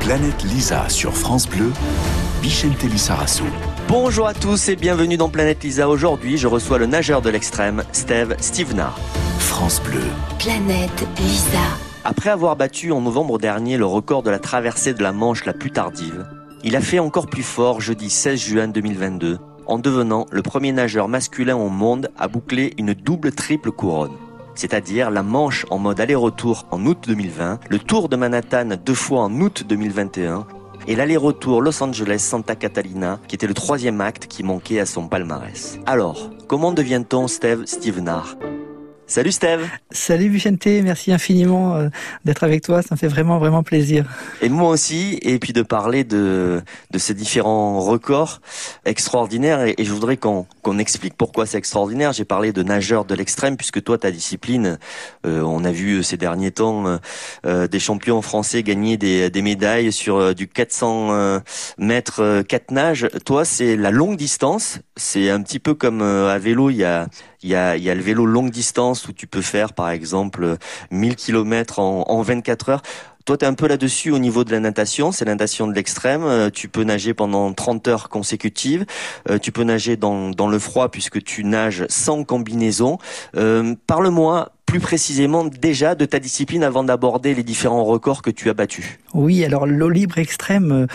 Planète Lisa sur France Bleu, Vicente Lizarazu. Bonjour à tous et bienvenue dans Planète Lisa. Aujourd'hui, je reçois le nageur de l'extrême, Steve Stevenard. France Bleu. Planète Lisa. Après avoir battu en novembre dernier le record de la traversée de la Manche la plus tardive, il a fait encore plus fort jeudi 16 juin 2022 en devenant le premier nageur masculin au monde à boucler une double triple couronne. C'est-à-dire la Manche en mode aller-retour en août 2020, le Tour de Manhattan 2 fois en août 2021 et l'aller-retour Los Angeles-Santa Catalina qui était le troisième acte qui manquait à son palmarès. Alors, comment devient-on Steve Stevenard ? Salut Steve. Salut Vicente, merci infiniment d'être avec toi, ça me fait vraiment plaisir. Et moi aussi, et puis de parler de ces différents records extraordinaires, et je voudrais qu'on explique pourquoi c'est extraordinaire. J'ai parlé de nageur de l'extrême, puisque toi, ta discipline, on a vu ces derniers temps des champions français gagner des médailles sur du 400 mètres 4 nages. Toi, c'est la longue distance, c'est un petit peu comme à vélo, il y a le vélo longue distance où tu peux faire par exemple 1000 km en 24 heures. Toi, t'es un peu là-dessus au niveau de la natation, c'est la natation de l'extrême. Tu peux nager pendant 30 heures consécutives. Tu peux nager dans le froid puisque tu nages sans combinaison. Parle-moi plus précisément déjà de ta discipline avant d'aborder les différents records que tu as battus. Oui, alors l'eau libre extrême,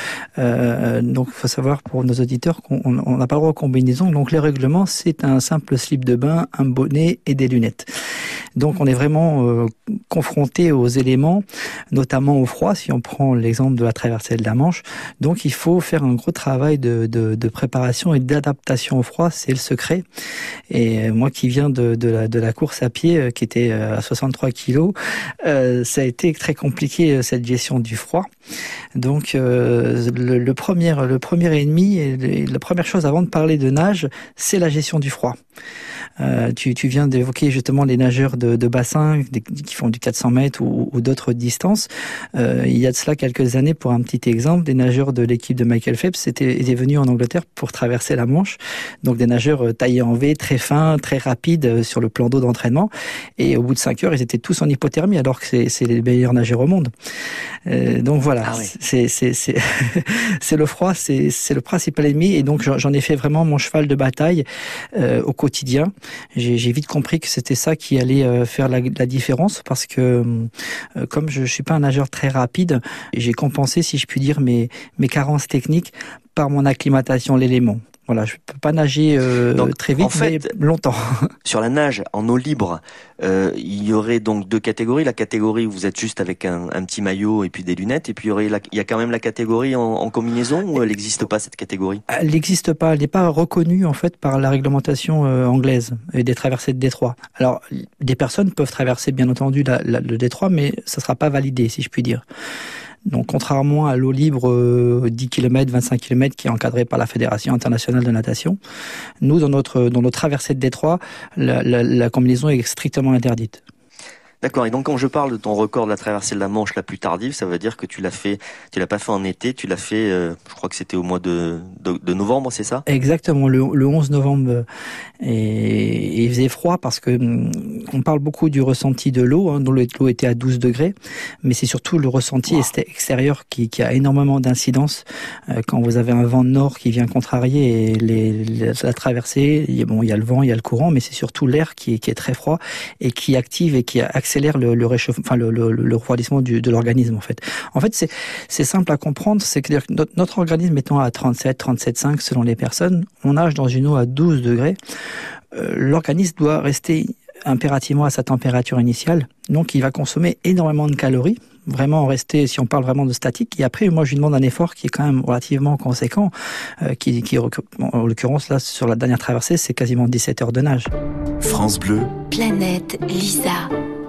donc il faut savoir pour nos auditeurs qu'on n'a pas le droit aux combinaisons. Donc les règlements, c'est un simple slip de bain, un bonnet et des lunettes. Donc on est vraiment confronté aux éléments, notamment au froid, si on prend l'exemple de la traversée de la Manche. Donc il faut faire un gros travail de préparation et d'adaptation au froid, c'est le secret. Et moi qui viens de la course à pied, qui était à 63 kilos, ça a été très compliqué cette gestion du froid. Donc le premier ennemi et la première chose avant de parler de nage, c'est la gestion du froid. Tu viens d'évoquer justement les nageurs de bassin qui font du 400 mètres ou d'autres distances. Il y a de cela quelques années, pour un petit exemple, des nageurs de l'équipe de Michael Phelps étaient venus en Angleterre pour traverser la Manche. Donc des nageurs taillés en V, très fins, très rapides sur le plan d'eau d'entraînement. Et au bout de 5 heures, ils étaient tous en hypothermie alors que c'est les meilleurs nageurs au monde. Donc voilà, ah oui. c'est le froid, c'est le principal ennemi. Et donc j'en ai fait vraiment mon cheval de bataille au quotidien. J'ai vite compris que c'était ça qui allait faire la différence parce que comme je suis pas un nageur très rapide, j'ai compensé, si je puis dire, mes carences techniques par mon acclimatation à l'élément. Voilà, je peux pas nager donc, très vite, en fait, mais longtemps. Sur la nage en eau libre, il y aurait donc 2 catégories. La catégorie où vous êtes juste avec un petit maillot et puis des lunettes, et puis il y a quand même la catégorie en combinaison, ou elle n'existe pas cette catégorie ? Elle n'existe pas, elle n'est pas reconnue en fait par la réglementation anglaise et des traversées de détroit. Alors, des personnes peuvent traverser bien entendu le détroit, mais ça sera pas validé, si je puis dire. Donc, contrairement à l'eau libre 10 km, 25 km qui est encadrée par la Fédération internationale de natation, nous, dans notre traversée de détroit, la combinaison est strictement interdite. D'accord. Et donc, quand je parle de ton record de la traversée de la Manche la plus tardive, ça veut dire que tu l'as pas fait en été, tu l'as fait, je crois que c'était au mois de novembre, c'est ça ? Exactement, le 11 novembre. Et il faisait froid parce que on parle beaucoup du ressenti de l'eau, dont l'eau était à 12 degrés, mais c'est surtout le ressenti extérieur qui a énormément d'incidence quand vous avez un vent de nord qui vient contrarier la traversée. Il y a le vent, il y a le courant, mais c'est surtout l'air qui est très froid et qui active et qui accélère le réchauffement, enfin le refroidissement de l'organisme en fait. En fait, c'est simple à comprendre, c'est que notre organisme étant à 37,5 selon les personnes, on nage dans une eau à 12 degrés. L'organisme doit rester impérativement à sa température initiale, donc il va consommer énormément de calories, vraiment rester, si on parle vraiment de statique, et après moi je lui demande un effort qui est quand même relativement conséquent, qui en l'occurrence là sur la dernière traversée c'est quasiment 17 heures de nage. France Bleu. Planète Lisa.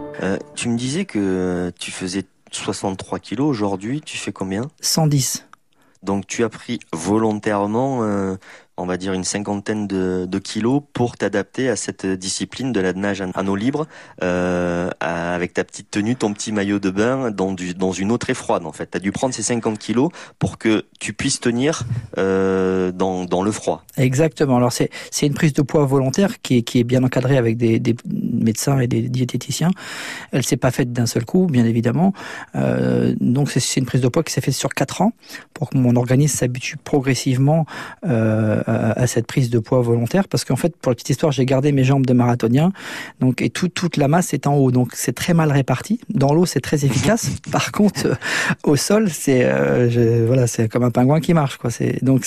Tu me disais que tu faisais 63 kilos, aujourd'hui tu fais combien ? 110. Donc tu as pris volontairement on va dire une cinquantaine de kilos pour t'adapter à cette discipline de la nage en eau libre, avec ta petite tenue, ton petit maillot de bain dans une eau très froide en fait. T'as dû prendre ces 50 kilos pour que tu puisses tenir dans le froid. Exactement. Alors c'est une prise de poids volontaire qui est bien encadrée avec des médecins et des diététiciens. Elle s'est pas faite d'un seul coup, bien évidemment. Donc c'est une prise de poids qui s'est faite sur 4 ans pour que mon organisme s'habitue progressivement à cette prise de poids volontaire, parce qu'en fait, pour la petite histoire, j'ai gardé mes jambes de marathonien, donc et toute la masse est en haut, donc c'est très mal réparti. Dans l'eau, c'est très efficace. Par contre, au sol, c'est comme un pingouin qui marche, quoi. Donc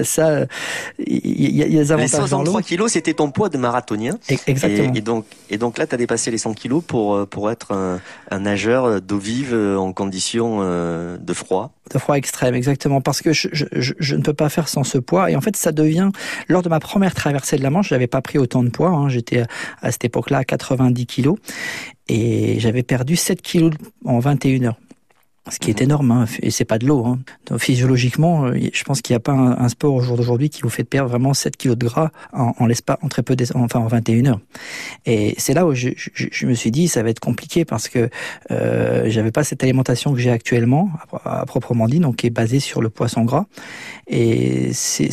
il y a des avantages. Les 63 kilos, c'était ton poids de marathonien. Exactement. Et donc là, tu as dépassé les 100 kilos pour être un nageur d'eau vive en conditions de froid. De froid extrême, exactement, parce que je ne peux pas faire sans ce poids. Et en fait, ça devient, lors de ma première traversée de la Manche, j'avais pas pris autant de poids, hein. J'étais à cette époque-là à 90 kilos et j'avais perdu 7 kilos en 21 heures. Ce qui est énorme, hein, et c'est pas de l'eau. Hein. Donc, physiologiquement, je pense qu'il n'y a pas un sport au jour d'aujourd'hui qui vous fait perdre vraiment 7 kilos de gras en l'espace, en très peu, en 21 heures. Et c'est là où je me suis dit, ça va être compliqué parce que j'avais pas cette alimentation que j'ai actuellement, à proprement dit, donc qui est basée sur le poisson gras. Et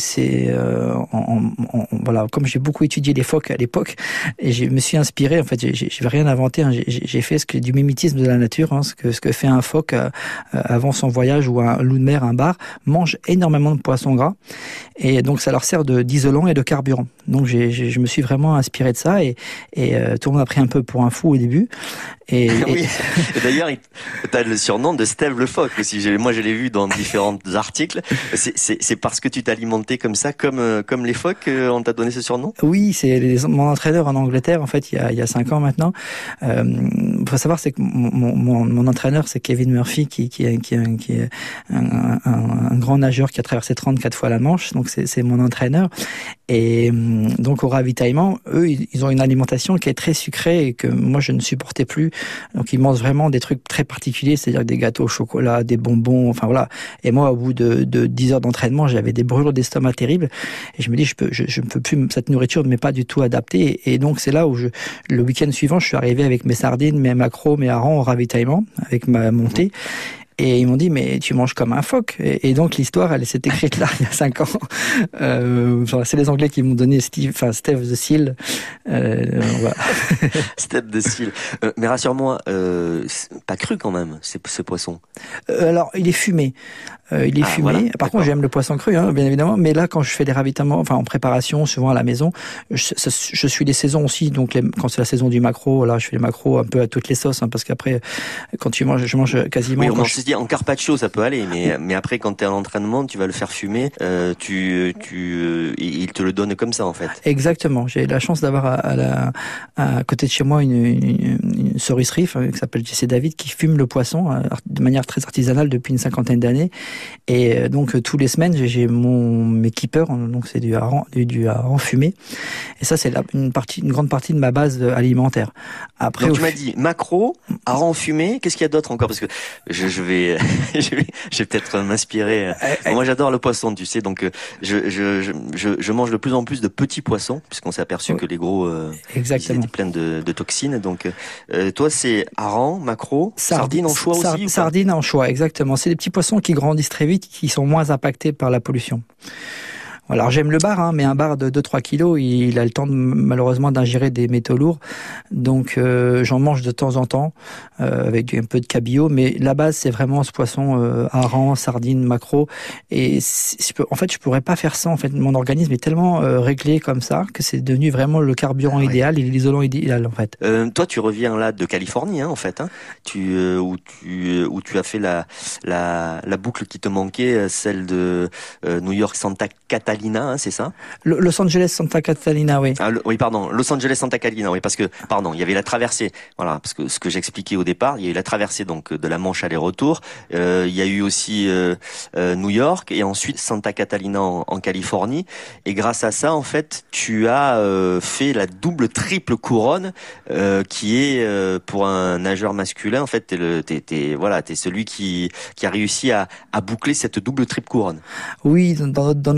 voilà, comme j'ai beaucoup étudié les phoques à l'époque, et je me suis inspiré. En fait, je vais rien inventer. Hein, j'ai fait du mimétisme de la nature, hein, ce que fait un phoque. Avant son voyage, ou un loup de mer, un bar, mange énormément de poissons gras, et donc ça leur sert d'isolant et de carburant. Donc je me suis vraiment inspiré de ça, et tout le monde a pris un peu pour un fou au début. Oui. D'ailleurs, t'as le surnom de Steve le phoque aussi. Moi, je l'ai vu dans différents articles. C'est parce que tu t'alimentais comme ça, comme les phoques, on t'a donné ce surnom? Oui, c'est mon entraîneur en Angleterre, en fait, il y a 5 ans maintenant. Faut savoir, c'est que mon entraîneur, c'est Kevin Murphy, qui est un grand nageur qui a traversé 34 fois la Manche. Donc c'est mon entraîneur. Et donc au ravitaillement, eux, ils ont une alimentation qui est très sucrée et que moi je ne supportais plus. Donc ils mangent vraiment des trucs très particuliers, c'est-à-dire des gâteaux au chocolat, des bonbons, enfin voilà. Et moi, au bout de 10 heures d'entraînement, j'avais des brûlures d'estomac terribles. Et je me dis, je ne peux plus, cette nourriture ne m'est pas du tout adaptée. Et donc c'est là où le week-end suivant, je suis arrivé avec mes sardines, mes maquereaux, mes harengs au ravitaillement, avec ma montée. Et ils m'ont dit, mais tu manges comme un phoque. Et donc l'histoire, elle s'est écrite là, il y a 5 ans. C'est les Anglais qui m'ont donné Steve the Seal. Voilà. Steve the Seal. Mais rassure-moi, pas cru quand même, ce poisson. Alors, il est fumé. Il est fumé. Voilà, par contre, j'aime le poisson cru, hein, bien évidemment. Mais là, quand je fais des ravitaillements, enfin en préparation, souvent à la maison, je suis les saisons aussi. Donc, quand c'est la saison du maquereau, là, je fais les maquereaux un peu à toutes les sauces, hein, parce qu'après, quand je mange quasiment. Oui, on se dit en carpaccio, ça peut aller, mais après, quand t'es en entraînement, tu vas le faire fumer. Il te le donne comme ça, en fait. Exactement. J'ai la chance d'avoir à côté de chez moi une cerise qui s'appelle Jesse David, qui fume le poisson de manière très artisanale depuis une 50aine d'années. Et donc tous les semaines, j'ai mes keepers, donc c'est du hareng fumé. Et ça, c'est une grande partie de ma base alimentaire. Après, donc tu m'as dit maquereau, hareng fumé. Qu'est-ce qu'il y a d'autre encore? Parce que je vais peut-être m'inspirer. Moi, j'adore le poisson, tu sais. Donc je mange de plus en plus de petits poissons, puisqu'on s'est aperçu que les gros ils étaient pleins de toxines. Donc toi, c'est hareng, maquereau, sardines, anchois aussi. Sardines, anchois, exactement. C'est des petits poissons qui grandissent très vite, qui sont moins impactés par la pollution. Alors j'aime le bar, hein, mais un bar de 2-3 kilos, il a le temps malheureusement d'ingérer des métaux lourds. Donc j'en mange de temps en temps avec un peu de cabillaud, mais la base c'est vraiment ce poisson hareng, sardines, maquereau. Et en fait je pourrais pas faire ça. En fait mon organisme est tellement réglé comme ça que c'est devenu vraiment le idéal et l'isolant idéal en fait. Toi tu reviens là de Californie, hein, en fait, hein, où tu as fait la boucle qui te manquait, celle de New York Santa Catalina, hein, c'est ça? Los Angeles Santa Catalina, oui. Oui, pardon, Los Angeles Santa Catalina, oui, parce que, pardon, il y avait la traversée, voilà, parce que ce que j'expliquais au départ, il y a eu la traversée donc de la Manche aller-retour, il y a eu aussi New York et ensuite Santa Catalina en Californie, et grâce à ça, en fait, tu as fait la double triple couronne, qui est pour un nageur masculin, en fait, t'es celui qui a réussi à boucler cette double triple couronne. Oui, dans notre domaine,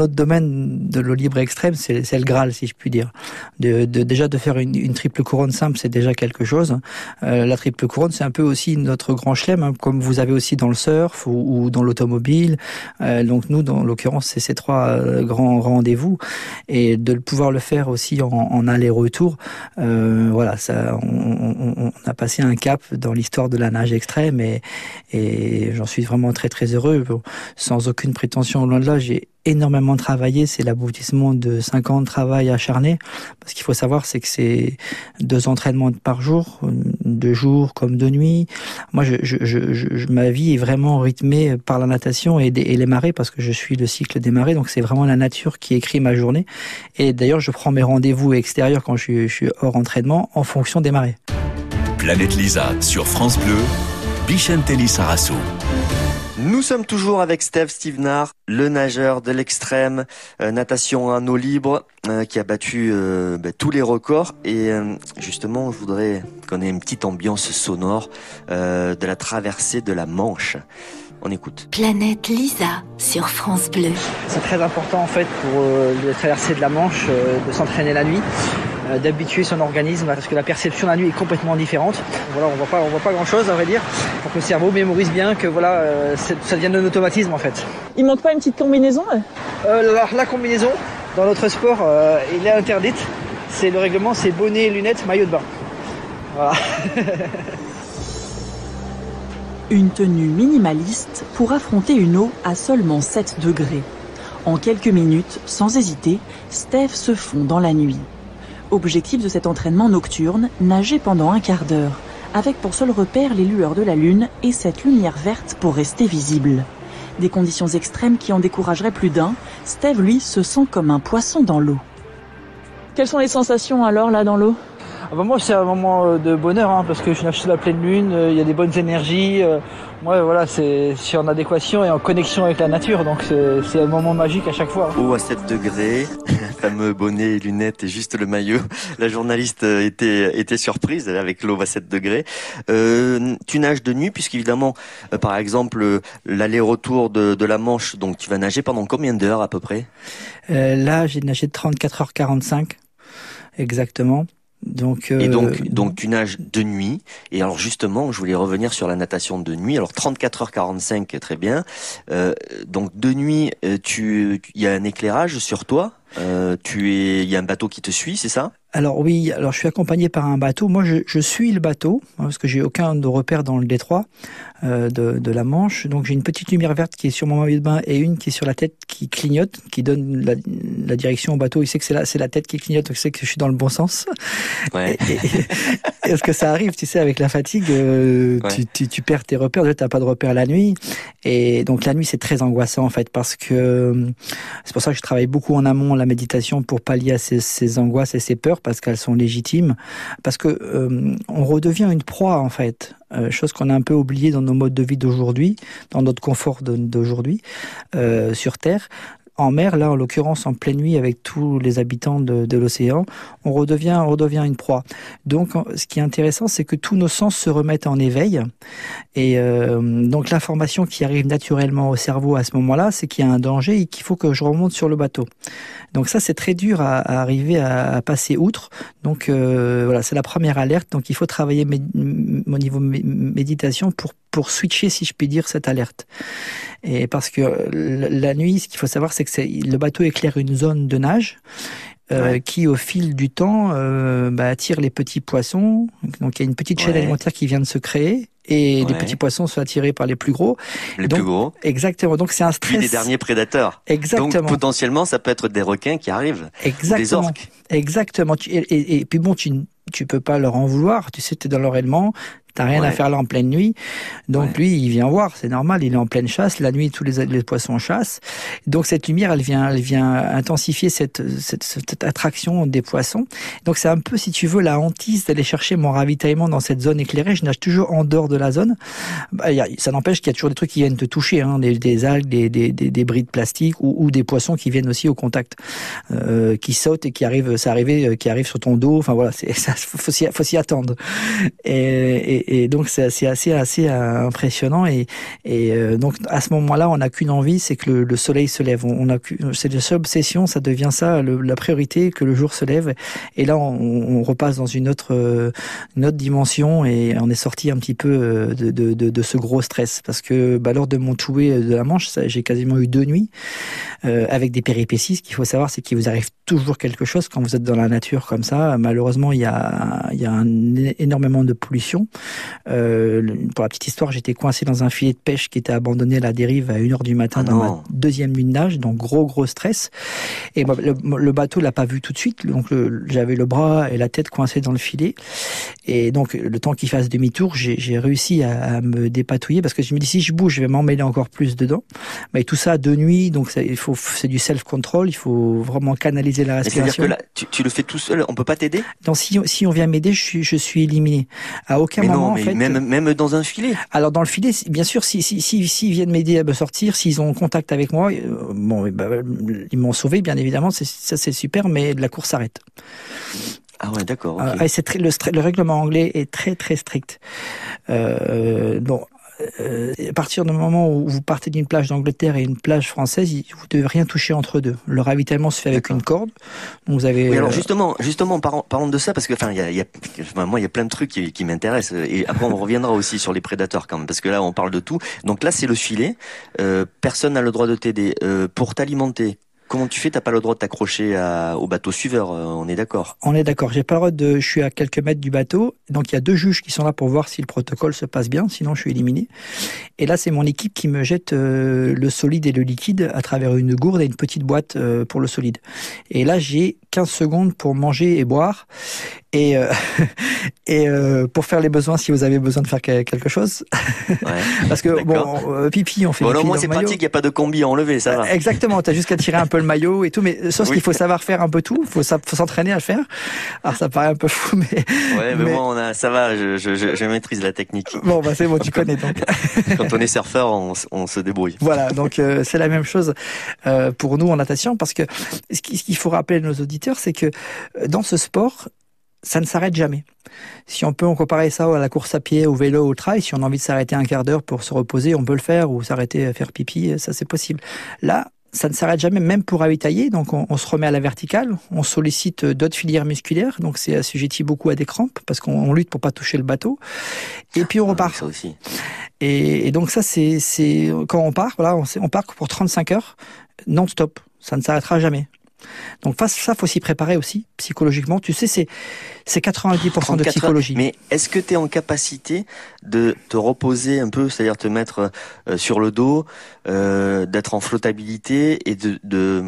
domaine de l'eau libre extrême, c'est le Graal, si je puis dire. Déjà de faire une triple couronne simple, c'est déjà quelque chose. La triple couronne, c'est un peu aussi notre grand chelem, hein, comme vous avez aussi dans le surf ou dans l'automobile. Donc nous, dans l'occurrence, c'est ces trois grands rendez-vous, et de pouvoir le faire aussi en aller-retour. Voilà, ça, on a passé un cap dans l'histoire de la nage extrême, et j'en suis vraiment très très heureux. Sans aucune prétention, loin de là, j'ai énormément travaillé, c'est l'aboutissement de 5 ans de travail acharné, parce qu'il faut savoir, c'est que c'est 2 entraînements par jour, de jour comme de nuit. Moi, ma vie est vraiment rythmée par la natation et les marées, parce que je suis le cycle des marées, donc c'est vraiment la nature qui écrit ma journée. Et d'ailleurs, je prends mes rendez-vous extérieurs quand je suis hors entraînement en fonction des marées. Planète Lisa sur France Bleu, Bichentelli Sarasso. Nous sommes toujours avec Steve Stevenard, le nageur de l'extrême, natation en eau libre, qui a battu tous les records. Et justement, je voudrais qu'on ait une petite ambiance sonore de la traversée de la Manche. On écoute. Planète Lisa sur France Bleu. C'est très important en fait pour la traversée de la Manche, de s'entraîner la nuit, d'habituer son organisme, parce que la perception de la nuit est complètement différente. Voilà, on voit pas grand chose à vrai dire, pour que le cerveau mémorise bien que voilà, ça devient un automatisme en fait. Il manque pas une petite combinaison La combinaison dans notre sport, il est interdite. C'est le règlement, c'est bonnet, lunettes, maillot de bain. Voilà. Une tenue minimaliste pour affronter une eau à seulement 7 degrés. En quelques minutes, sans hésiter, Steve se fond dans la nuit. Objectif de cet entraînement nocturne, nager pendant un quart d'heure, avec pour seul repère les lueurs de la lune et cette lumière verte pour rester visible. Des conditions extrêmes qui en décourageraient plus d'un, Steve, lui, se sent comme un poisson dans l'eau. Quelles sont les sensations alors là dans l'eau ? Moi, c'est un moment de bonheur, hein, parce que je nage sous la pleine lune, il y a des bonnes énergies. Moi, voilà, je suis en adéquation et en connexion avec la nature, donc c'est un moment magique à chaque fois. Eau à 7 degrés, fameux bonnet, lunettes et juste le maillot. La journaliste était surprise avec l'eau à 7 degrés. Tu nages de nuit, puisqu'évidemment, par exemple, l'aller-retour de la Manche, donc tu vas nager pendant combien d'heures à peu près ? Là, j'ai nagé de 34h45, exactement. Donc tu nages de nuit. Et alors justement, je voulais revenir sur la natation de nuit. Alors 34h45, très bien. Donc de nuit, il y a un éclairage sur toi. Il y a un bateau qui te suit, c'est ça ? Alors oui, je suis accompagné par un bateau. Moi, je suis le bateau, parce que j'ai aucun de repère dans le détroit de la Manche. Donc j'ai une petite lumière verte qui est sur mon maillot de bain et une qui est sur la tête qui clignote, qui donne la direction au bateau. Il sait que c'est la tête qui clignote, donc il sait que je suis dans le bon sens. Ouais. Et parce que ça arrive, tu sais, avec la fatigue, tu perds tes repères. Tu n'as pas de repères la nuit. Et donc la nuit, c'est très angoissant en fait, parce que c'est pour ça que je travaille beaucoup en amont la méditation pour pallier à ces angoisses et ces peurs, parce qu'elles sont légitimes, parce que on redevient une proie en fait, chose qu'on a un peu oubliée dans nos modes de vie d'aujourd'hui, dans notre confort d'aujourd'hui sur Terre. En mer, là, en l'occurrence, en pleine nuit, avec tous les habitants de l'océan, on redevient une proie. Donc, ce qui est intéressant, c'est que tous nos sens se remettent en éveil. Et donc, l'information qui arrive naturellement au cerveau à ce moment-là, c'est qu'il y a un danger et qu'il faut que je remonte sur le bateau. Donc ça, c'est très dur à arriver à passer outre. Donc voilà, c'est la première alerte. Donc il faut travailler au niveau méditation pour switcher, si je puis dire, cette alerte. Et parce que la nuit, ce qu'il faut savoir, c'est que le bateau éclaire une zone de nage qui, au fil du temps, attire les petits poissons. Donc il y a une petite chaîne alimentaire qui vient de se créer. Et les petits poissons sont attirés par les plus gros. Les plus gros. Exactement. Donc c'est un stress. Puis les derniers prédateurs. Exactement. Donc potentiellement, ça peut être des requins qui arrivent. Exactement. Ou des orques. Exactement. Et puis bon, tu peux pas leur en vouloir. Tu sais, t'es dans leur élément. T'as rien à faire là en pleine nuit. Donc lui, il vient voir, c'est normal, il est en pleine chasse. La nuit, tous les poissons chassent. Donc cette lumière, elle vient intensifier cette attraction des poissons. Donc c'est un peu, si tu veux, la hantise d'aller chercher mon ravitaillement dans cette zone éclairée. Je nage toujours en dehors de la zone. Ça n'empêche qu'il y a toujours des trucs qui viennent te toucher, hein, des algues, des débris de plastique ou des poissons qui viennent aussi au contact, qui sautent et qui arrivent sur ton dos. Enfin voilà, ça faut s'y attendre. Et donc c'est assez impressionnant. Et donc à ce moment-là, on n'a qu'une envie, c'est que le soleil se lève. C'est la seule obsession, ça devient ça la priorité, que le jour se lève. Et là, on repasse dans une autre dimension et on est sorti un petit peu de ce gros stress, parce que lors de mon touée de la Manche, j'ai quasiment eu 2 nuits avec des péripéties. Ce qu'il faut savoir, c'est qu'il vous arrive toujours quelque chose quand vous êtes dans la nature comme ça. Malheureusement, il y a énormément de pollution. Pour la petite histoire, j'étais coincé dans un filet de pêche qui était abandonné à la dérive à 1h du matin dans ma 2e nuit de nage, donc gros stress. Et le bateau l'a pas vu tout de suite, donc j'avais le bras et la tête coincés dans le filet. Et donc le temps qu'il fasse demi-tour, j'ai réussi à me dépatouiller, parce que je me dis, si je bouge, je vais m'emmêler encore plus dedans. Mais tout ça 2 nuits, donc c'est du self-control, il faut vraiment canaliser la respiration. C'est-à-dire que là, tu le fais tout seul, on peut pas t'aider? Donc si on vient m'aider, je suis éliminé. À aucun moment, en fait. Même dans un filet. Alors dans le filet, bien sûr, s'ils viennent m'aider à me sortir, s'ils ont contact avec moi, ils m'ont sauvé, bien évidemment, ça c'est super, mais la course s'arrête. Ah ouais, d'accord. Okay. Le règlement anglais est très très strict. À partir du moment où vous partez d'une plage d'Angleterre et une plage française, vous devez rien toucher entre deux. Le ravitaillement se fait avec une corde. Donc vous avez. Oui, alors justement, parlons de ça, parce que moi il y a plein de trucs qui m'intéressent, et après on reviendra aussi sur les prédateurs quand même, parce que là on parle de tout. Donc là c'est le filet. Personne n'a le droit de t'aider pour t'alimenter. Comment tu fais? T'as pas le droit de t'accrocher au bateau suiveur, on est d'accord? On est d'accord. J'ai pas le droit je suis à quelques mètres du bateau, donc il y a 2 juges qui sont là pour voir si le protocole se passe bien, sinon je suis éliminé. Et là, c'est mon équipe qui me jette le solide et le liquide à travers une gourde et une petite boîte pour le solide. Et là, j'ai 15 secondes pour manger et boire. Et pour faire les besoins, si vous avez besoin de faire quelque chose. Ouais, parce que pipi, on fait pipi. Moi c'est pratique, il n'y a pas de combi à enlever, ça va. Exactement, t'as juste qu'à tirer un peu le maillot et tout, mais sauf qu'il faut savoir faire un peu tout, faut s'entraîner à le faire. Alors ça paraît un peu fou, mais. Ouais, mais moi ça va, je maîtrise la technique. Bon, c'est bon, tu connais donc. Quand on est surfeur, on se débrouille. Voilà, donc c'est la même chose pour nous en natation, parce que ce qu'il faut rappeler à nos auditeurs, c'est que dans ce sport, ça ne s'arrête jamais. Si on comparer ça à la course à pied, au vélo, au trail, si on a envie de s'arrêter un quart d'heure pour se reposer, on peut le faire, ou s'arrêter à faire pipi, ça c'est possible. Là, ça ne s'arrête jamais, même pour ravitailler. Donc on se remet à la verticale, on sollicite d'autres filières musculaires, donc c'est assujetti beaucoup à des crampes, parce qu'on lutte pour pas toucher le bateau. Et puis on repart. Ça aussi. Et donc ça, c'est quand on part, voilà, on part pour 35 heures non-stop. Ça ne s'arrêtera jamais. Donc ça, faut s'y préparer aussi, psychologiquement. Tu sais, c'est 90% de psychologie. Mais est-ce que tu es en capacité de te reposer un peu, c'est-à-dire te mettre sur le dos, d'être en flottabilité et de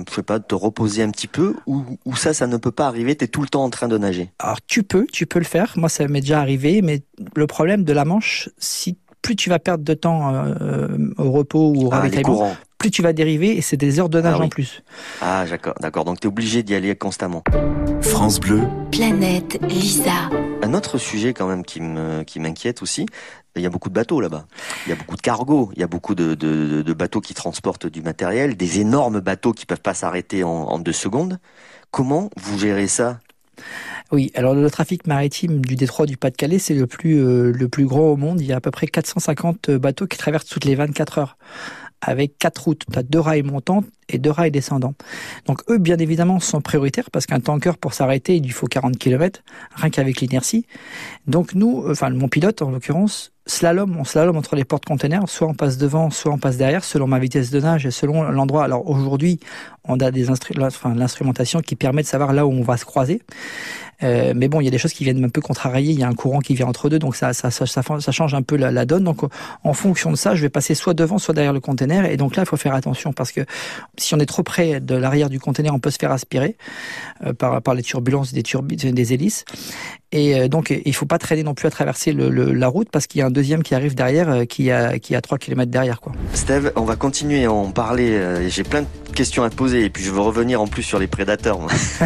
te reposer un petit peu, ou ça ne peut pas arriver, tu es tout le temps en train de nager? Alors tu peux le faire. Moi, ça m'est déjà arrivé, mais le problème de la Manche, plus tu vas perdre de temps au repos ou au ravitaillement, plus tu vas dériver, et c'est des heures de nage en plus. Ah, d'accord. Donc tu es obligé d'y aller constamment. France Bleu. Planète Lisa. Un autre sujet quand même qui m'inquiète aussi, il y a beaucoup de bateaux là-bas. Il y a beaucoup de cargos, il y a beaucoup de bateaux qui transportent du matériel, des énormes bateaux qui peuvent pas s'arrêter en 2 secondes. Comment vous gérez ça? Oui, alors le trafic maritime du détroit du Pas-de-Calais, c'est le plus grand au monde. Il y a à peu près 450 bateaux qui traversent toutes les 24 heures. Avec 4 routes. Tu as 2 rails montants et 2 rails descendants. Donc eux, bien évidemment, sont prioritaires, parce qu'un tanker, pour s'arrêter, il lui faut 40 km, rien qu'avec l'inertie. Donc nous, mon pilote en l'occurrence, on slalom entre les porte-containers, soit on passe devant, soit on passe derrière, selon ma vitesse de nage et selon l'endroit. Alors aujourd'hui, on a l'instrumentation qui permet de savoir là où on va se croiser. Mais bon, il y a des choses qui viennent un peu contrarier, il y a un courant qui vient entre deux, donc ça change un peu la donne. Donc en fonction de ça, je vais passer soit devant, soit derrière le container, et donc là il faut faire attention, parce que si on est trop près de l'arrière du container, on peut se faire aspirer par les turbulences des hélices. Et donc il faut pas traîner non plus à traverser la route, parce qu'il y a un deuxième qui arrive derrière, qui a 3 km derrière, quoi. Steve, on va continuer à en parler, j'ai plein de questions à te poser, et puis je veux revenir en plus sur les prédateurs.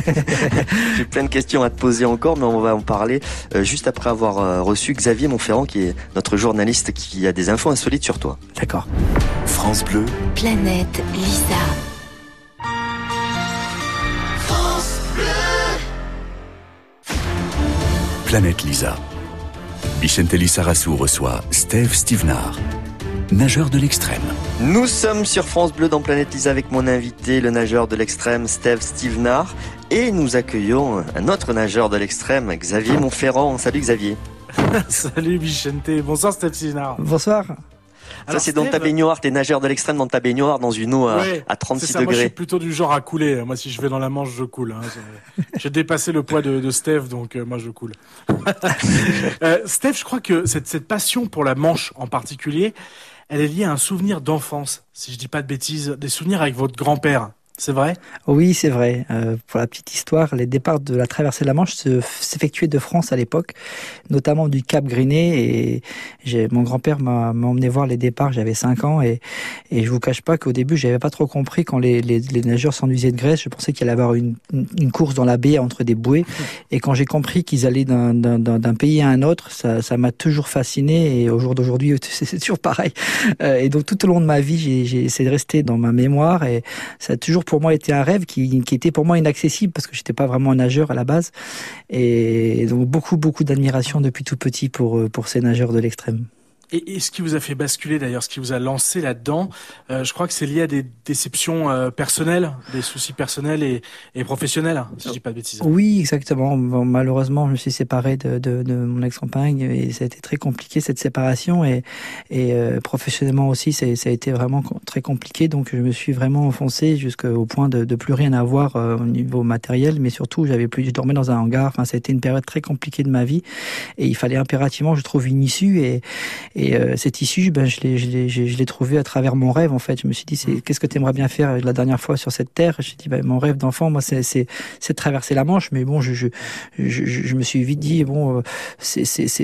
J'ai plein de questions à te poser encore, mais on va en parler juste après avoir reçu Xavier Montferrand, qui est notre journaliste, qui a des infos insolites sur toi. D'accord. France Bleu. Planète Lisa. Planète Lisa. Bichentelli Sarassou reçoit Steve Stevenard, nageur de l'extrême. Nous sommes sur France Bleu dans Planète Lisa avec mon invité, le nageur de l'extrême Steve Stevenard. Et nous accueillons un autre nageur de l'extrême, Xavier Monferrand. Salut Xavier. Salut Bichente. Bonsoir Steve Stevenard. Bonsoir. Ça, c'est dans ta baignoire, t'es nageur de l'extrême dans ta baignoire, dans une eau à 36 c'est ça, degrés. Moi, je suis plutôt du genre à couler. Moi, si je vais dans la Manche, je coule. J'ai dépassé le poids de Steve, donc moi, je coule. Steve, je crois que cette passion pour la Manche en particulier, elle est liée à un souvenir d'enfance, si je dis pas de bêtises, des souvenirs avec votre grand-père. C'est vrai ? Oui, c'est vrai. Pour la petite histoire, les départs de la traversée de la Manche s'effectuaient de France à l'époque, notamment du Cap Griné. Et mon grand-père m'a emmené voir les départs. J'avais 5 ans et je vous cache pas qu'au début, j'avais pas trop compris quand les nageurs s'enduisaient de graisse. Je pensais qu'il allait y avoir une course dans la baie entre des bouées. Et quand j'ai compris qu'ils allaient d'un pays à un autre, ça m'a toujours fasciné. Et au jour d'aujourd'hui, c'est toujours pareil. Et donc tout au long de ma vie, j'ai essayé de rester dans ma mémoire et ça a toujours pour moi était un rêve qui était pour moi inaccessible parce que j'étais pas vraiment un nageur à la base et donc beaucoup d'admiration depuis tout petit pour ces nageurs de l'extrême. Et ce qui vous a fait basculer d'ailleurs, ce qui vous a lancé là-dedans, je crois que c'est lié à des déceptions personnelles, des soucis personnels et professionnels, si je dis pas de bêtises. Oui, exactement. Bon, malheureusement, je me suis séparé de mon ex-compagne et ça a été très compliqué cette séparation et professionnellement aussi, ça a été vraiment très compliqué. Donc, je me suis vraiment enfoncé jusqu'au point de plus rien avoir au niveau matériel, mais surtout, je dormais dans un hangar. Enfin, ça a été une période très compliquée de ma vie et il fallait impérativement que je trouve une issue et cette issue, je l'ai trouvée à travers mon rêve, en fait. Je me suis dit, qu'est-ce que tu aimerais bien faire la dernière fois sur cette terre? J'ai dit, mon rêve d'enfant, moi, c'est de traverser la Manche. Mais bon, je me suis vite dit, bon, c'est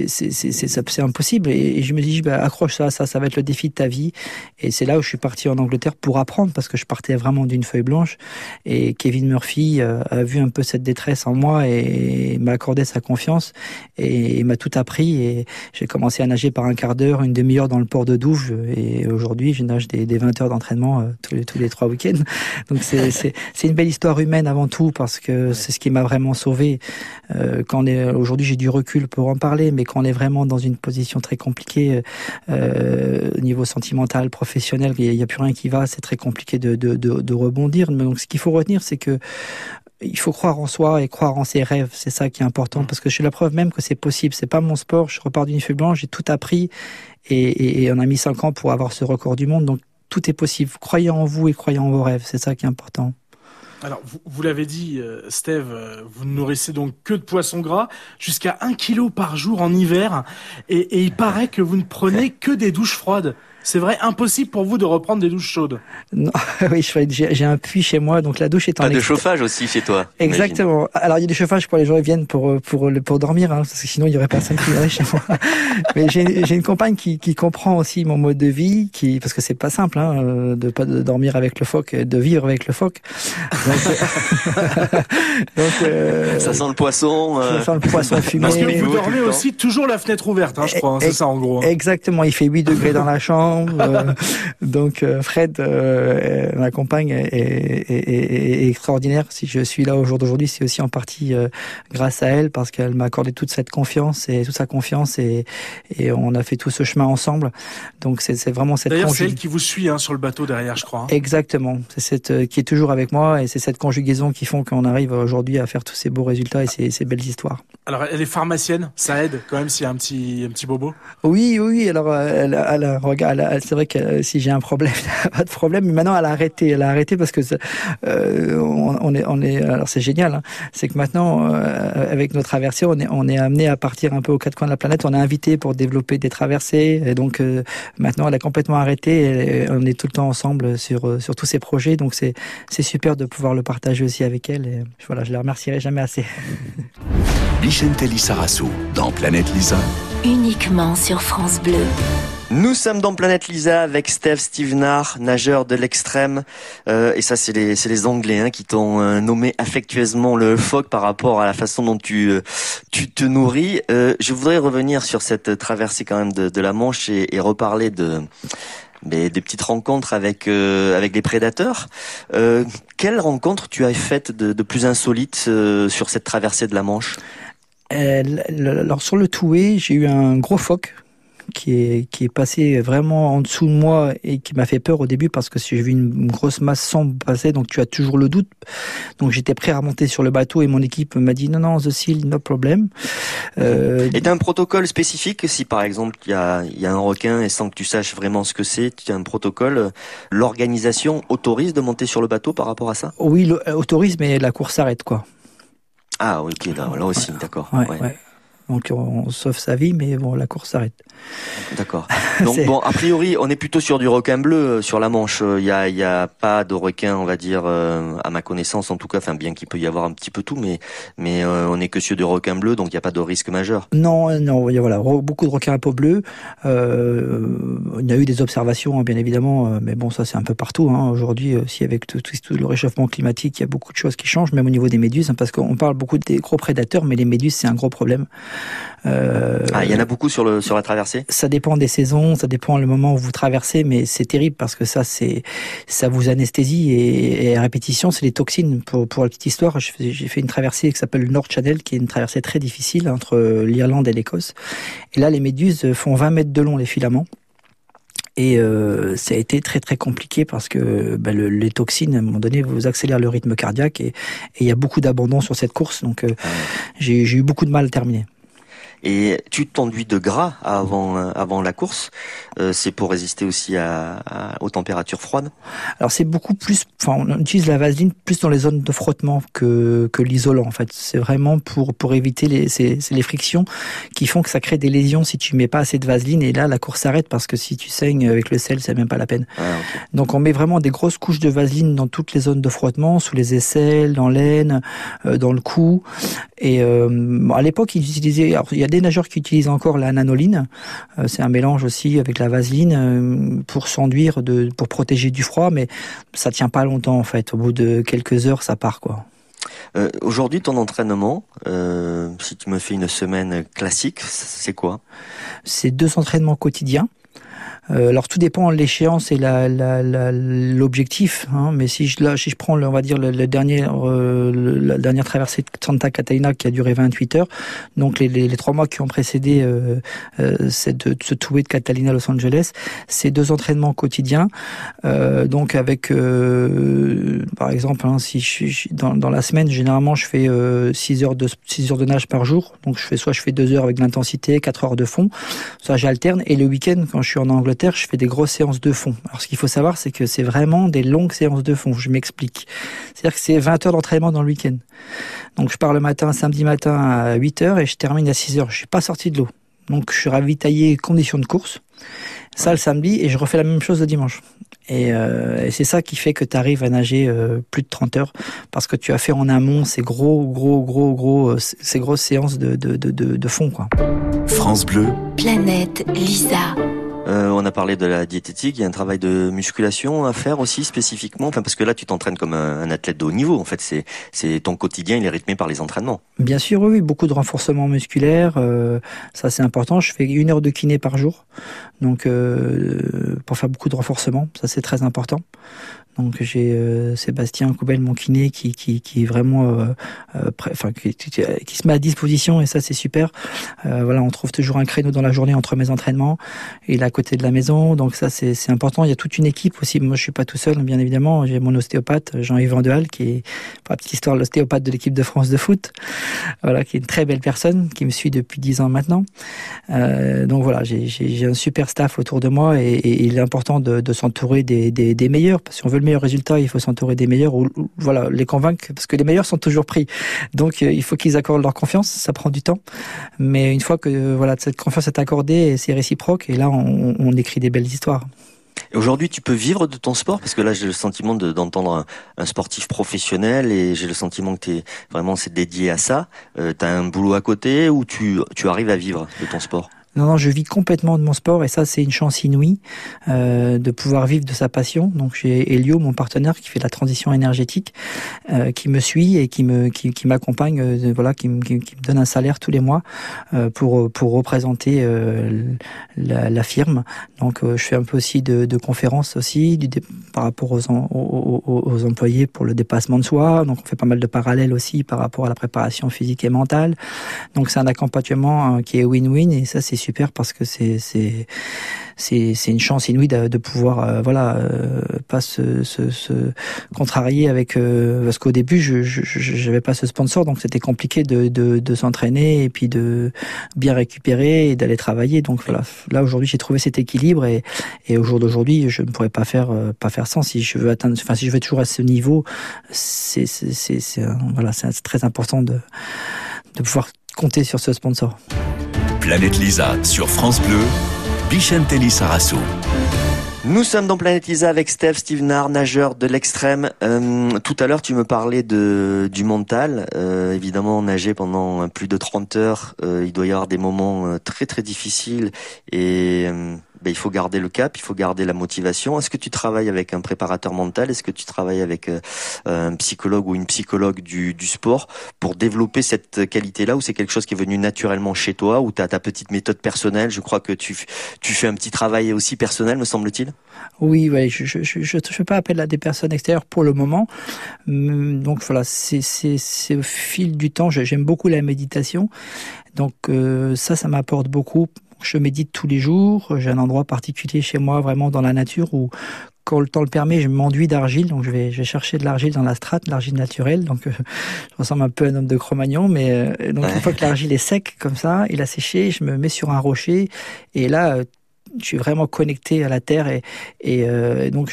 impossible. Et je me dis, accroche ça va être le défi de ta vie. Et c'est là où je suis parti en Angleterre pour apprendre, parce que je partais vraiment d'une feuille blanche. Et Kevin Murphy a vu un peu cette détresse en moi et m'a accordé sa confiance et m'a tout appris. Et j'ai commencé à nager par un quart d'heure, une demi-heure dans le port de Douves et aujourd'hui je nage des 20 heures d'entraînement tous les 3 week-ends. Donc c'est une belle histoire humaine avant tout parce que c'est ce qui m'a vraiment sauvé. Aujourd'hui j'ai du recul pour en parler, mais quand on est vraiment dans une position très compliquée au niveau sentimental, professionnel, il n'y a plus rien qui va, c'est très compliqué de rebondir. Donc ce qu'il faut retenir, c'est que il faut croire en soi et croire en ses rêves, c'est ça qui est important parce que je suis la preuve même que c'est possible. C'est pas mon sport, je repars d'une feuille blanche, j'ai tout appris et on a mis 5 ans pour avoir ce record du monde, donc tout est possible. Croyez en vous et croyez en vos rêves, c'est ça qui est important. Alors, vous l'avez dit, Steve, vous ne nourrissez donc que de poissons gras, jusqu'à 1 kilo par jour en hiver, et il paraît que vous ne prenez que des douches froides. C'est vrai, impossible pour vous de reprendre des douches chaudes. Non, oui, j'ai un puits chez moi, donc la douche est en Pas de chauffage aussi chez toi. Exactement. Imagine. Alors il y a du chauffage pour les gens qui viennent pour dormir, parce que sinon il y aurait personne qui viendrait chez moi. Mais j'ai une compagne qui comprend aussi mon mode de vie, parce que c'est pas simple, de dormir avec le phoque, de vivre avec le phoque. Donc, ça sent le poisson. Ça sent le poisson fumé. Parce que vous dormez aussi toujours la fenêtre ouverte, je crois. C'est ça en gros. Exactement. Il fait 8 degrés dans la chambre. Donc Fred, ma compagne, est extraordinaire. Si je suis là au jour d'aujourd'hui, c'est aussi en partie grâce à elle, parce qu'elle m'a accordé toute cette confiance et toute sa confiance et on a fait tout ce chemin ensemble. Donc c'est vraiment cette D'ailleurs, c'est elle qui vous suit sur le bateau derrière, je crois. Exactement. C'est cette qui est toujours avec moi et c'est cette conjugaison qui font qu'on arrive aujourd'hui à faire tous ces beaux résultats et ces belles histoires. Alors, elle est pharmacienne, ça aide quand même s'il y a un petit bobo. Oui. Alors, c'est vrai que si j'ai un problème, pas de problème. Mais maintenant, elle a arrêté parce que on est. Alors, c'est génial. C'est que maintenant, avec nos traversées, on est amené à partir un peu aux 4 coins de la planète. On est invité pour développer des traversées. Et donc, maintenant, elle a complètement arrêté. Et on est tout le temps ensemble sur tous ces projets. Donc, c'est super de pouvoir le partager aussi avec elle. Et voilà, je la remercierai jamais assez. Bichentelli Sarassou dans Planète Lisa. Uniquement sur France Bleu. Nous sommes dans Planète Lisa avec Steve Stevenard, nageur de l'extrême. Et ça, c'est les Anglais qui t'ont nommé affectueusement le phoque par rapport à la façon dont tu te nourris. Je voudrais revenir sur cette traversée quand même de la Manche et reparler des petites rencontres avec les prédateurs. Quelle rencontre tu as faite de plus insolite sur cette traversée de la Manche ? Alors sur le Toué, j'ai eu un gros phoque qui est passé vraiment en dessous de moi et qui m'a fait peur au début parce que j'ai vu une grosse masse sombre passer, donc tu as toujours le doute. Donc j'étais prêt à remonter sur le bateau et mon équipe m'a dit non, the seal, no problem. Et t'as un protocole spécifique si par exemple il y a un requin et sans que tu saches vraiment ce que c'est, tu as un protocole, l'organisation autorise de monter sur le bateau par rapport à ça? Oui, autorise, mais la course s'arrête quoi. Ah oui, ok, là aussi, d'accord. Ouais. Donc on sauve sa vie, mais bon, la course s'arrête. D'accord. Donc bon, a priori, on est plutôt sur du requin bleu sur la Manche. Il y a pas de requin, on va dire, à ma connaissance en tout cas. Enfin, bien qu'il peut y avoir un petit peu tout, mais on est que sur du requin bleu, donc il y a pas de risque majeur. Non, il y a voilà beaucoup de requins à peau bleue. Il y a eu des observations, bien évidemment, mais bon, ça c'est un peu partout. Aujourd'hui, aussi avec tout le réchauffement climatique, il y a beaucoup de choses qui changent, même au niveau des méduses, parce qu'on parle beaucoup des gros prédateurs, mais les méduses c'est un gros problème. Il y en a beaucoup sur la traversée? Ça dépend des saisons, ça dépend le moment où vous traversez, mais c'est terrible parce que ça vous anesthésie et à répétition, c'est les toxines. Pour la petite histoire, j'ai fait une traversée qui s'appelle le North Channel, qui est une traversée très difficile entre l'Irlande et l'Écosse. Et là, les méduses font 20 mètres de long, les filaments. Et ça a été très très compliqué parce que les toxines, à un moment donné, vous accélèrent le rythme cardiaque et il y a beaucoup d'abandon sur cette course. Donc j'ai eu beaucoup de mal à terminer. Et tu t'enduis de gras avant la course, c'est pour résister aussi aux températures froides? Alors c'est beaucoup plus, on utilise la vaseline plus dans les zones de frottement que l'isolant en fait. C'est vraiment pour éviter les frictions qui font que ça crée des lésions si tu mets pas assez de vaseline, et là la course s'arrête parce que si tu saignes avec le sel, c'est même pas la peine. Ah, okay. Donc on met vraiment des grosses couches de vaseline dans toutes les zones de frottement, sous les aisselles, dans l'aine, dans le cou. Et à l'époque ils utilisaient, alors il y a des nageurs qui utilisent encore la nanoline, c'est un mélange aussi avec la vaseline pour s'enduire, pour protéger du froid, mais ça tient pas longtemps en fait. Au bout de quelques heures, ça part quoi. Aujourd'hui, ton entraînement, si tu me fais une semaine classique, c'est quoi? C'est 2 entraînements quotidiens. Alors tout dépend de l'échéance et l'objectif, mais si je prends on va dire la dernière traversée de Santa Catalina qui a duré 28 heures, donc les 3 mois qui ont précédé ce Toué de Catalina Los Angeles, c'est 2 entraînements quotidiens, donc avec par exemple si dans la semaine généralement je fais 6 heures de nage par jour, donc je fais 2 heures avec de l'intensité, 4 heures de fond, ça j'alterne, et le week-end quand je suis en Angleterre, je fais des grosses séances de fond. Alors ce qu'il faut savoir, c'est que c'est vraiment des longues séances de fond. Je m'explique. C'est-à-dire que c'est 20 heures d'entraînement dans le week-end. Donc je pars le matin, samedi matin à 8 heures et je termine à 6 heures. Je suis pas sorti de l'eau. Donc je suis ravitaillé conditions de course. Ça le samedi, et je refais la même chose le dimanche. Et c'est ça qui fait que tu arrives à nager plus de 30 heures parce que tu as fait en amont ces ces grosses séances de fond quoi. France Bleu. Planète Lisa. On a parlé de la diététique, il y a un travail de musculation à faire aussi spécifiquement, parce que là tu t'entraînes comme un athlète de haut niveau, en fait c'est ton quotidien, il est rythmé par les entraînements. Bien sûr, oui, beaucoup de renforcement musculaire, ça c'est important. Je fais 1 heure de kiné par jour, donc pour faire beaucoup de renforcement, ça c'est très important. Donc j'ai Sébastien Coubel, mon kiné, qui est vraiment qui se met à disposition, et ça c'est super. On trouve toujours un créneau dans la journée entre mes entraînements, et il est à côté de la maison, donc ça c'est important. Il y a toute une équipe aussi. Moi je suis pas tout seul, bien évidemment. J'ai mon ostéopathe Jean-Yves Vandehalle, qui est, pour la petite histoire, l'ostéopathe de l'équipe de France de foot. Qui est une très belle personne, qui me suit depuis 10 ans maintenant. Donc voilà, j'ai un super staff autour de moi, et il est important de s'entourer des meilleurs, parce que si on veut le meilleur résultat, il faut s'entourer des meilleurs, ou les convaincre, parce que les meilleurs sont toujours pris. Donc il faut qu'ils accordent leur confiance, ça prend du temps. Mais une fois que cette confiance est accordée, c'est réciproque, et là on écrit des belles histoires. Et aujourd'hui, tu peux vivre de ton sport, parce que là j'ai le sentiment d'entendre un sportif professionnel, et j'ai le sentiment que c'est dédié à ça. T'as un boulot à côté, ou tu arrives à vivre de ton sport? Non, je vis complètement de mon sport et ça, c'est une chance inouïe de pouvoir vivre de sa passion. Donc, j'ai Elio, mon partenaire, qui fait la transition énergétique, qui me suit et qui m'accompagne, qui me donne un salaire tous les mois pour représenter la firme. Donc, je fais un peu aussi de conférences aussi par rapport aux employés pour le dépassement de soi. Donc, on fait pas mal de parallèles aussi par rapport à la préparation physique et mentale. Donc, c'est un accompagnement qui est win-win et ça, c'est super parce que c'est une chance inouïe de pouvoir pas se contrarier avec parce qu'au début j'avais pas ce sponsor, donc c'était compliqué de s'entraîner et puis de bien récupérer et d'aller travailler. Donc voilà, là aujourd'hui j'ai trouvé cet équilibre et au jour d'aujourd'hui je ne pourrais pas faire sans. Si je veux toujours à ce niveau, c'est très important de pouvoir compter sur ce sponsor. Planète Lisa sur France Bleu, Bichentelli Sarasso. Nous sommes dans Planète Lisa avec Steph Stevenard, nageur de l'extrême. Tout à l'heure, tu me parlais du mental. Évidemment, nager pendant plus de 30 heures, il doit y avoir des moments très très difficiles et il faut garder le cap, il faut garder la motivation. Est-ce que tu travailles avec un préparateur mental? Est-ce que tu travailles avec un psychologue ou une psychologue du sport pour développer cette qualité-là, ou c'est quelque chose qui est venu naturellement chez toi, ou tu as ta petite méthode personnelle? Je crois que tu fais un petit travail aussi personnel, me semble-t-il. Oui, je fais pas appel à des personnes extérieures pour le moment. Donc voilà, c'est au fil du temps. J'aime beaucoup la méditation. Donc ça m'apporte beaucoup. Je médite tous les jours. J'ai un endroit particulier chez moi, vraiment dans la nature, où quand le temps le permet, je m'enduis d'argile. Donc je vais chercher de l'argile dans la strate, l'argile naturelle. Donc je ressemble un peu à un homme de Cro-Magnon, mais donc une fois que l'argile est sec comme ça, il a séché, je me mets sur un rocher et là je suis vraiment connecté à la terre et donc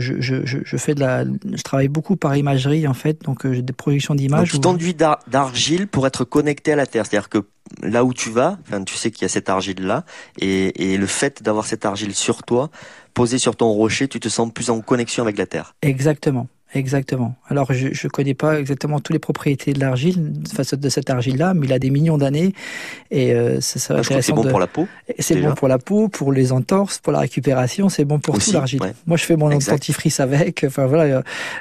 je travaille beaucoup par imagerie en fait, donc j'ai des projections d'images. Donc tu t'enduis d'argile pour être connecté à la terre, c'est-à-dire que là où tu vas, tu sais qu'il y a cette argile-là, et le fait d'avoir cette argile sur toi, posée sur ton rocher, tu te sens plus en connexion avec la terre. Exactement. Alors, je connais pas exactement toutes les propriétés de l'argile, de cette argile-là, mais il a des millions d'années et ça va je crois que c'est bon pour la peau. C'est bon pour la peau, pour les entorses, pour la récupération, c'est bon pour tout l'argile. Ouais. Moi, je fais mon dentifrice avec. Enfin voilà,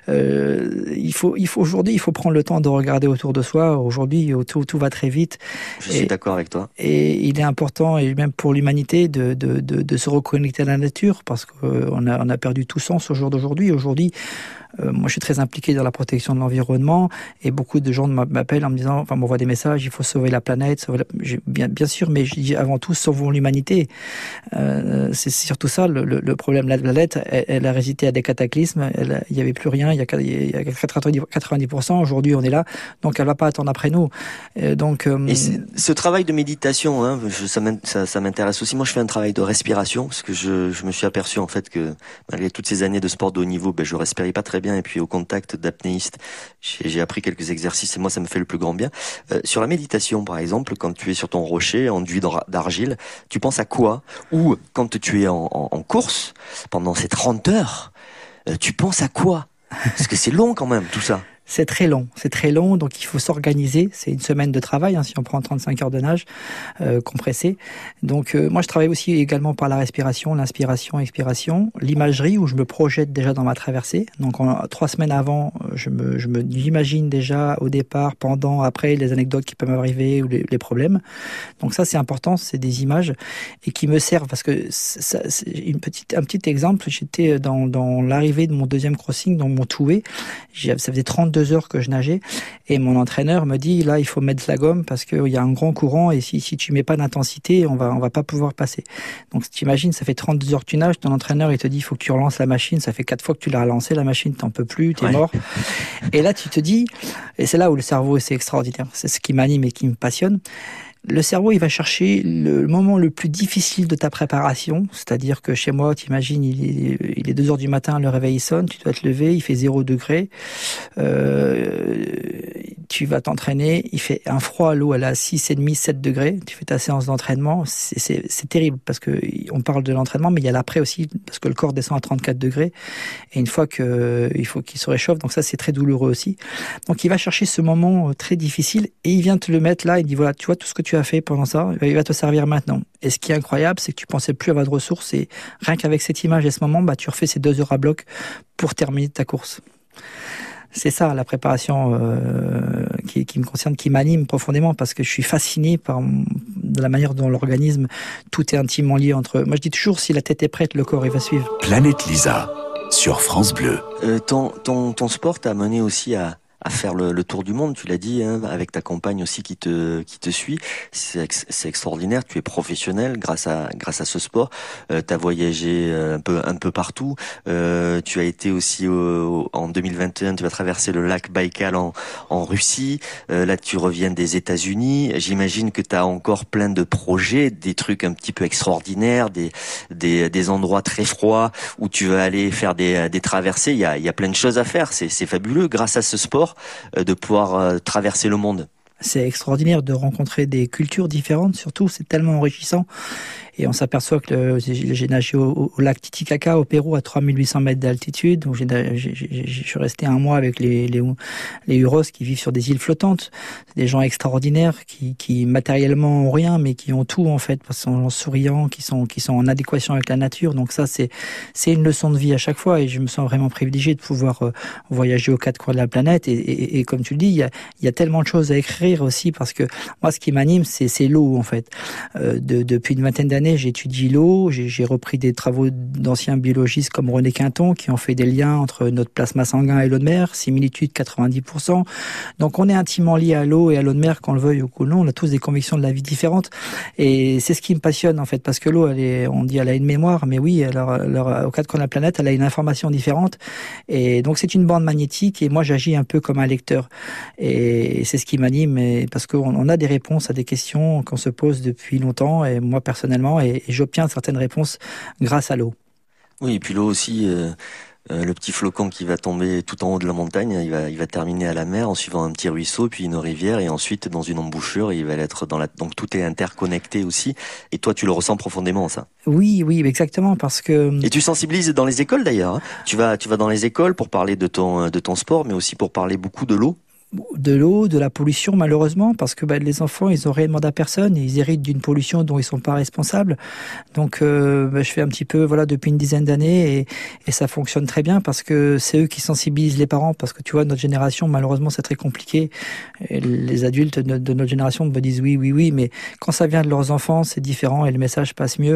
il faut aujourd'hui, il faut prendre le temps de regarder autour de soi. Aujourd'hui, tout va très vite. Je suis d'accord avec toi. Et il est important, et même pour l'humanité, de se reconnecter à la nature, parce qu'on a perdu tout sens au jour d'aujourd'hui. Aujourd'hui, moi, je suis très impliqué dans la protection de l'environnement et beaucoup de gens m'appellent en me disant, m'envoient des messages, il faut sauver la planète, bien sûr, mais je dis avant tout, sauvons l'humanité. C'est surtout ça le problème. La planète, elle a résisté à des cataclysmes, il n'y avait plus rien, il y a 90%, aujourd'hui on est là, donc elle va pas attendre après nous. Donc, et ce travail de méditation, ça m'intéresse aussi. Moi, je fais un travail de respiration, parce que je me suis aperçu en fait que malgré toutes ces années de sport de haut niveau, je respirais pas très bien, et puis au contact d'apnéistes, j'ai appris quelques exercices et moi ça me fait le plus grand bien. Sur la méditation par exemple, quand tu es sur ton rocher enduit d'argile, tu penses à quoi? Ou quand tu es en course pendant ces 30 heures, tu penses à quoi? Parce que c'est long quand même tout ça. C'est très long, donc il faut s'organiser. C'est une semaine de travail, si on prend 35 heures de nage compressé. Donc moi je travaille aussi également par la respiration, l'inspiration, expiration, l'imagerie où je me projette déjà dans ma traversée. Donc 3 semaines avant, je me l'imagine déjà au départ, pendant, après, les anecdotes qui peuvent m'arriver ou les problèmes. Donc ça c'est important, c'est des images et qui me servent parce que ça, c'est un petit exemple. J'étais dans l'arrivée de mon deuxième crossing, dans mon toué. Ça faisait 32 heures que je nageais et mon entraîneur me dit là il faut mettre la gomme parce qu'il y a un grand courant et si tu mets pas d'intensité on va pas pouvoir passer. Donc tu imagines, ça fait 32 heures que tu nages, ton entraîneur il te dit il faut que tu relances la machine, ça fait 4 fois que tu l'as relancée la machine, t'en peux plus, t'es mort. Et là tu te dis, et c'est là où le cerveau c'est extraordinaire, c'est ce qui m'anime et qui me passionne. Le cerveau, il va chercher le moment le plus difficile de ta préparation, c'est-à-dire que chez moi, t'imagines, il est 2 heures du matin, le réveil sonne, tu dois te lever, il fait 0 degré, tu vas t'entraîner, il fait un froid à l'eau, elle est à 6,5, 7 degrés, tu fais ta séance d'entraînement, c'est terrible parce que on parle de l'entraînement, mais il y a l'après aussi, parce que le corps descend à 34 degrés, et une fois il faut qu'il se réchauffe, donc ça c'est très douloureux aussi. Donc il va chercher ce moment très difficile, et il vient te le mettre là, il dit voilà, tu vois tout ce que tu as fait pendant ça, il va te servir maintenant. Et ce qui est incroyable, c'est que tu pensais plus avoir de ressources, et rien qu'avec cette image et ce moment, tu refais ces 2 heures à bloc pour terminer ta course. C'est ça la préparation qui me concerne, qui m'anime profondément, parce que je suis fasciné de la manière dont l'organisme, tout est intimement lié entre eux. Moi je dis toujours, si la tête est prête, le corps il va suivre. Planète Lisa sur France Bleu. Ton sport t'a mené aussi à faire le tour du monde, tu l'as dit, hein, avec ta compagne aussi qui te suit. C'est extraordinaire. Tu es professionnel grâce à ce sport. T'as voyagé un peu partout. Tu as été aussi en 2021. Tu vas traverser le lac Baïkal en Russie. Là, tu reviens des États-Unis. J'imagine que t'as encore plein de projets, des trucs un petit peu extraordinaires, des endroits très froids où tu vas aller faire des traversées. Il y a plein de choses à faire. C'est fabuleux grâce à ce sport. De pouvoir traverser le monde. C'est extraordinaire de rencontrer des cultures différentes, surtout, c'est tellement enrichissant. Et on s'aperçoit que j'ai nagé au lac Titicaca, au Pérou, à 3800 mètres d'altitude. Donc je suis resté un mois avec les Huros qui vivent sur des îles flottantes. C'est des gens extraordinaires qui matériellement ont rien, mais qui ont tout, en fait, parce qu'ils sont souriants, qui sont en adéquation avec la nature. Donc ça, c'est une leçon de vie à chaque fois, et je me sens vraiment privilégié de pouvoir voyager aux 4 coins de la planète. Et comme tu le dis, il y a tellement de choses à écrire aussi, parce que moi, ce qui m'anime, c'est l'eau, en fait. Depuis une vingtaine d'années, j'étudie l'eau, j'ai repris des travaux d'anciens biologistes comme René Quinton qui ont fait des liens entre notre plasma sanguin et l'eau de mer, similitude 90%. Donc on est intimement lié à l'eau et à l'eau de mer, qu'on le veuille ou qu'on non, on a tous des convictions de la vie différentes, et c'est ce qui me passionne en fait, parce que l'eau, elle a une mémoire, mais oui, aux 4 coins de la planète, elle a une information différente, et donc c'est une bande magnétique, et moi j'agis un peu comme un lecteur, et c'est ce qui m'anime, parce qu'on a des réponses à des questions qu'on se pose depuis longtemps, et moi personnellement, et j'obtiens certaines réponses grâce à l'eau. Oui, et puis l'eau aussi, le petit flocon qui va tomber tout en haut de la montagne, il va terminer à la mer en suivant un petit ruisseau, puis une rivière, et ensuite dans une embouchure, il va être donc tout est interconnecté aussi. Et toi, tu le ressens profondément, ça. Oui, exactement, parce que... Et tu sensibilises dans les écoles d'ailleurs, hein. Tu vas dans les écoles pour parler de ton sport, mais aussi pour parler beaucoup de l'eau. De l'eau, de la pollution, malheureusement, parce que les enfants, ils ont rien demandé à personne, et ils héritent d'une pollution dont ils sont pas responsables. Donc je fais un petit peu, depuis une dizaine d'années, et ça fonctionne très bien, parce que c'est eux qui sensibilisent les parents, parce que tu vois, notre génération, malheureusement, c'est très compliqué. Et les adultes de notre génération me disent oui, mais quand ça vient de leurs enfants, c'est différent, et le message passe mieux.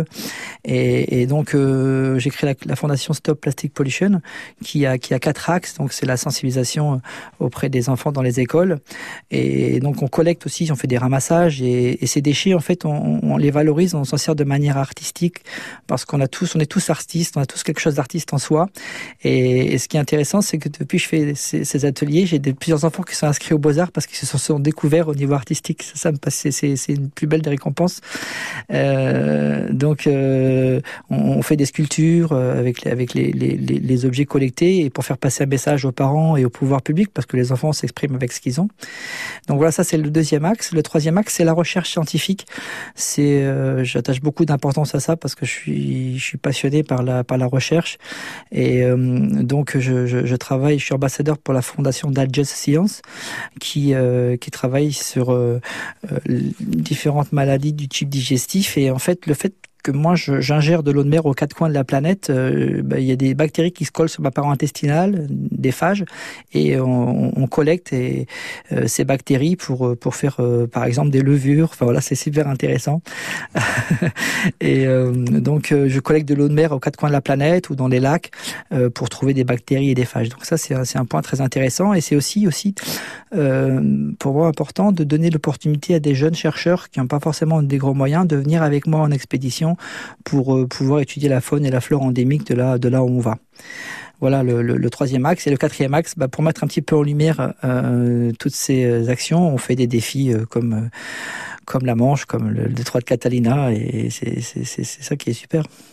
Et donc j'ai créé la fondation Stop Plastic Pollution, qui a 4 axes. Donc c'est la sensibilisation auprès des enfants dans les écoles, et donc on collecte aussi, on fait des ramassages, et ces déchets, en fait, on les valorise, on s'en sert de manière artistique, parce on est tous artistes, on a tous quelque chose d'artiste en soi, et ce qui est intéressant, c'est que depuis que je fais ces ateliers, j'ai plusieurs enfants qui sont inscrits aux Beaux-Arts parce qu'ils se sont découverts au niveau artistique. Ça me passe, c'est une plus belle des récompenses. Donc on fait des sculptures avec les objets collectés, et pour faire passer un message aux parents et au pouvoir public, parce que les enfants s'expriment avec ce qu'ils ont. Donc voilà, ça c'est le 2e axe. Le 3e axe, c'est la recherche scientifique. J'attache beaucoup d'importance à ça, parce que je suis passionné par la recherche, et donc je suis ambassadeur pour la fondation Digest Science, qui travaille sur différentes maladies du tube digestif, et en fait le fait que moi j'ingère de l'eau de mer aux 4 coins de la planète, il y a des bactéries qui se collent sur ma paroi intestinale, des phages, et on collecte ces bactéries pour faire par exemple des levures. Enfin voilà, c'est super intéressant. Et donc je collecte de l'eau de mer aux 4 coins de la planète ou dans les lacs pour trouver des bactéries et des phages. Donc ça c'est un point très intéressant, et c'est aussi pour moi important de donner l'opportunité à des jeunes chercheurs qui n'ont pas forcément des gros moyens de venir avec moi en expédition pour pouvoir étudier la faune et la flore endémique de là où on va. Voilà le 3e axe. Et le 4e axe, pour mettre un petit peu en lumière toutes ces actions, on fait des défis comme la Manche, comme le détroit de Catalina, et c'est ça qui est super.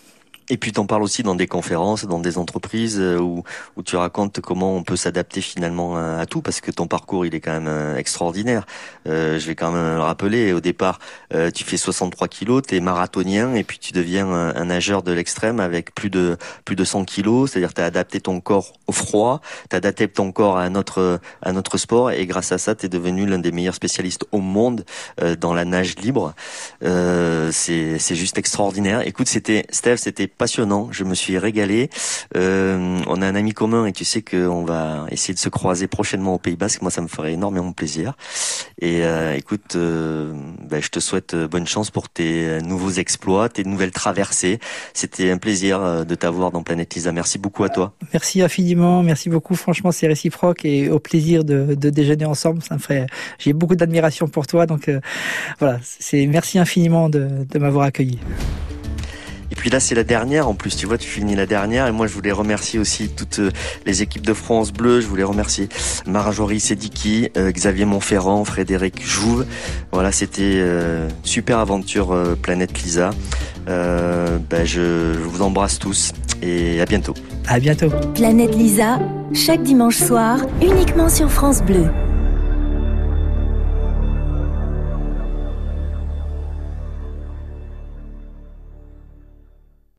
Et puis t'en parles aussi dans des conférences, dans des entreprises où tu racontes comment on peut s'adapter finalement à tout, parce que ton parcours il est quand même extraordinaire. Je vais quand même le rappeler, au départ tu fais 63 kilos, t'es marathonien et puis tu deviens un nageur de l'extrême avec plus de 100 kilos, c'est-à-dire t'as adapté ton corps au froid, t'as adapté ton corps à notre sport et grâce à ça t'es devenu l'un des meilleurs spécialistes au monde dans la nage libre. C'est juste extraordinaire. Écoute, c'était passionnant, je me suis régalé. On a un ami commun et tu sais qu'on va essayer de se croiser prochainement au Pays Basque. Moi, ça me ferait énormément plaisir. Et écoute, je te souhaite bonne chance pour tes nouveaux exploits, tes nouvelles traversées. C'était un plaisir de t'avoir dans Planète Lisa. Merci beaucoup à toi. Merci infiniment, merci beaucoup. Franchement, c'est réciproque et au plaisir de déjeuner ensemble. J'ai beaucoup d'admiration pour toi. Donc voilà, merci infiniment de m'avoir accueilli. Et puis là, c'est la dernière. En plus, tu vois, tu finis la dernière. Et moi, je voulais remercier aussi toutes les équipes de France Bleu. Je voulais remercier Marjorie Sediki, Xavier Montferrand, Frédéric Jouve. Voilà, c'était super aventure Planète Lisa. Je vous embrasse tous et à bientôt. À bientôt. Planète Lisa, chaque dimanche soir, uniquement sur France Bleu.